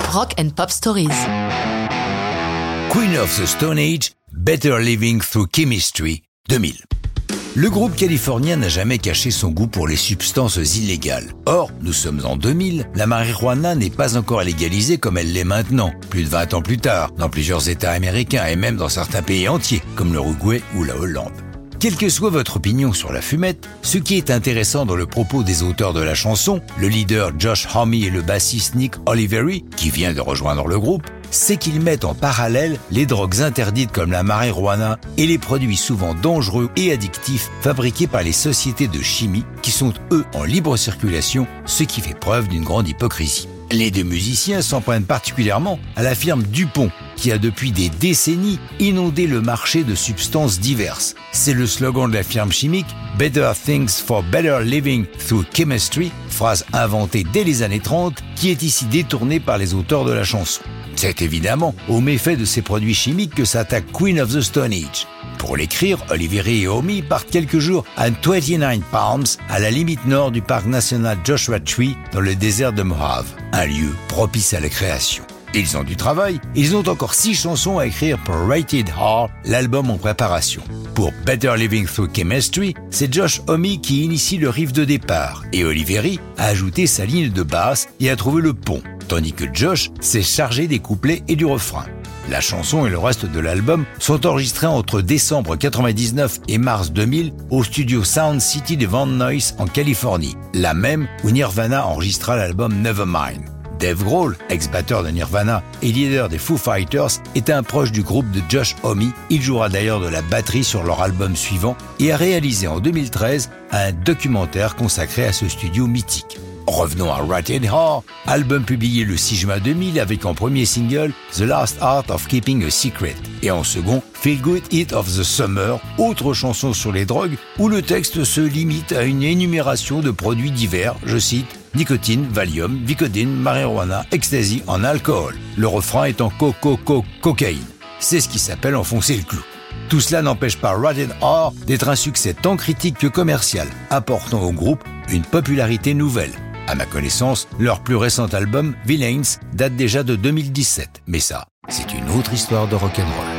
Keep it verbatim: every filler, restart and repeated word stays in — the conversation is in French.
Rock and Pop Stories. Queen of the Stone Age, Better Living Through Chemistry, deux mille. Le groupe californien n'a jamais caché son goût pour les substances illégales. Or, nous sommes en deux mille, la marijuana n'est pas encore légalisée comme elle l'est maintenant, plus de vingt ans plus tard, dans plusieurs États américains et même dans certains pays entiers, comme l'Uruguay ou la Hollande. Quelle que soit votre opinion sur la fumette, ce qui est intéressant dans le propos des auteurs de la chanson, le leader Josh Homme et le bassiste Nick Oliveri, qui vient de rejoindre le groupe, c'est qu'ils mettent en parallèle les drogues interdites comme la marijuana et les produits souvent dangereux et addictifs fabriqués par les sociétés de chimie qui sont eux en libre circulation, ce qui fait preuve d'une grande hypocrisie. Les deux musiciens s'en prennent particulièrement à la firme DuPont, qui a depuis des décennies inondé le marché de substances diverses. C'est le slogan de la firme chimique « Better Things for Better Living Through Chemistry », phrase inventée dès les années trente, qui est ici détournée par les auteurs de la chanson. C'est évidemment aux méfaits de ces produits chimiques que s'attaque Queen of the Stone Age. Pour l'écrire, Oliveri et Homme partent quelques jours à vingt-neuf Palms, à la limite nord du parc national Joshua Tree, dans le désert de Mojave, un lieu propice à la création. Ils ont du travail, ils ont encore six chansons à écrire pour Rated R, l'album en préparation. Pour Better Living Through Chemistry, c'est Josh Homme qui initie le riff de départ, et Oliveri a ajouté sa ligne de basse et a trouvé le pont, tandis que Josh s'est chargé des couplets et du refrain. La chanson et le reste de l'album sont enregistrés entre décembre quatre-vingt-dix-neuf et mars deux mille au studio Sound City de Van Nuys en Californie, la même où Nirvana enregistra l'album Nevermind. Dave Grohl, ex-batteur de Nirvana et leader des Foo Fighters, est un proche du groupe de Josh Homme. Il jouera d'ailleurs de la batterie sur leur album suivant et a réalisé en deux mille treize un documentaire consacré à ce studio mythique. Revenons à Rated R, album publié le six juin deux mille avec en premier single The Last Art of Keeping a Secret et en second Feel Good Heat of the Summer, autre chanson sur les drogues où le texte se limite à une énumération de produits divers, je cite, nicotine, Valium, Vicodin, marijuana, ecstasy en alcool. Le refrain étant co-co-co-cocaïne. C'est ce qui s'appelle enfoncer le clou. Tout cela n'empêche pas Rated R d'être un succès tant critique que commercial, apportant au groupe une popularité nouvelle. À ma connaissance, leur plus récent album, Villains, date déjà de deux mille dix-sept. Mais ça, c'est une autre histoire de rock'n'roll.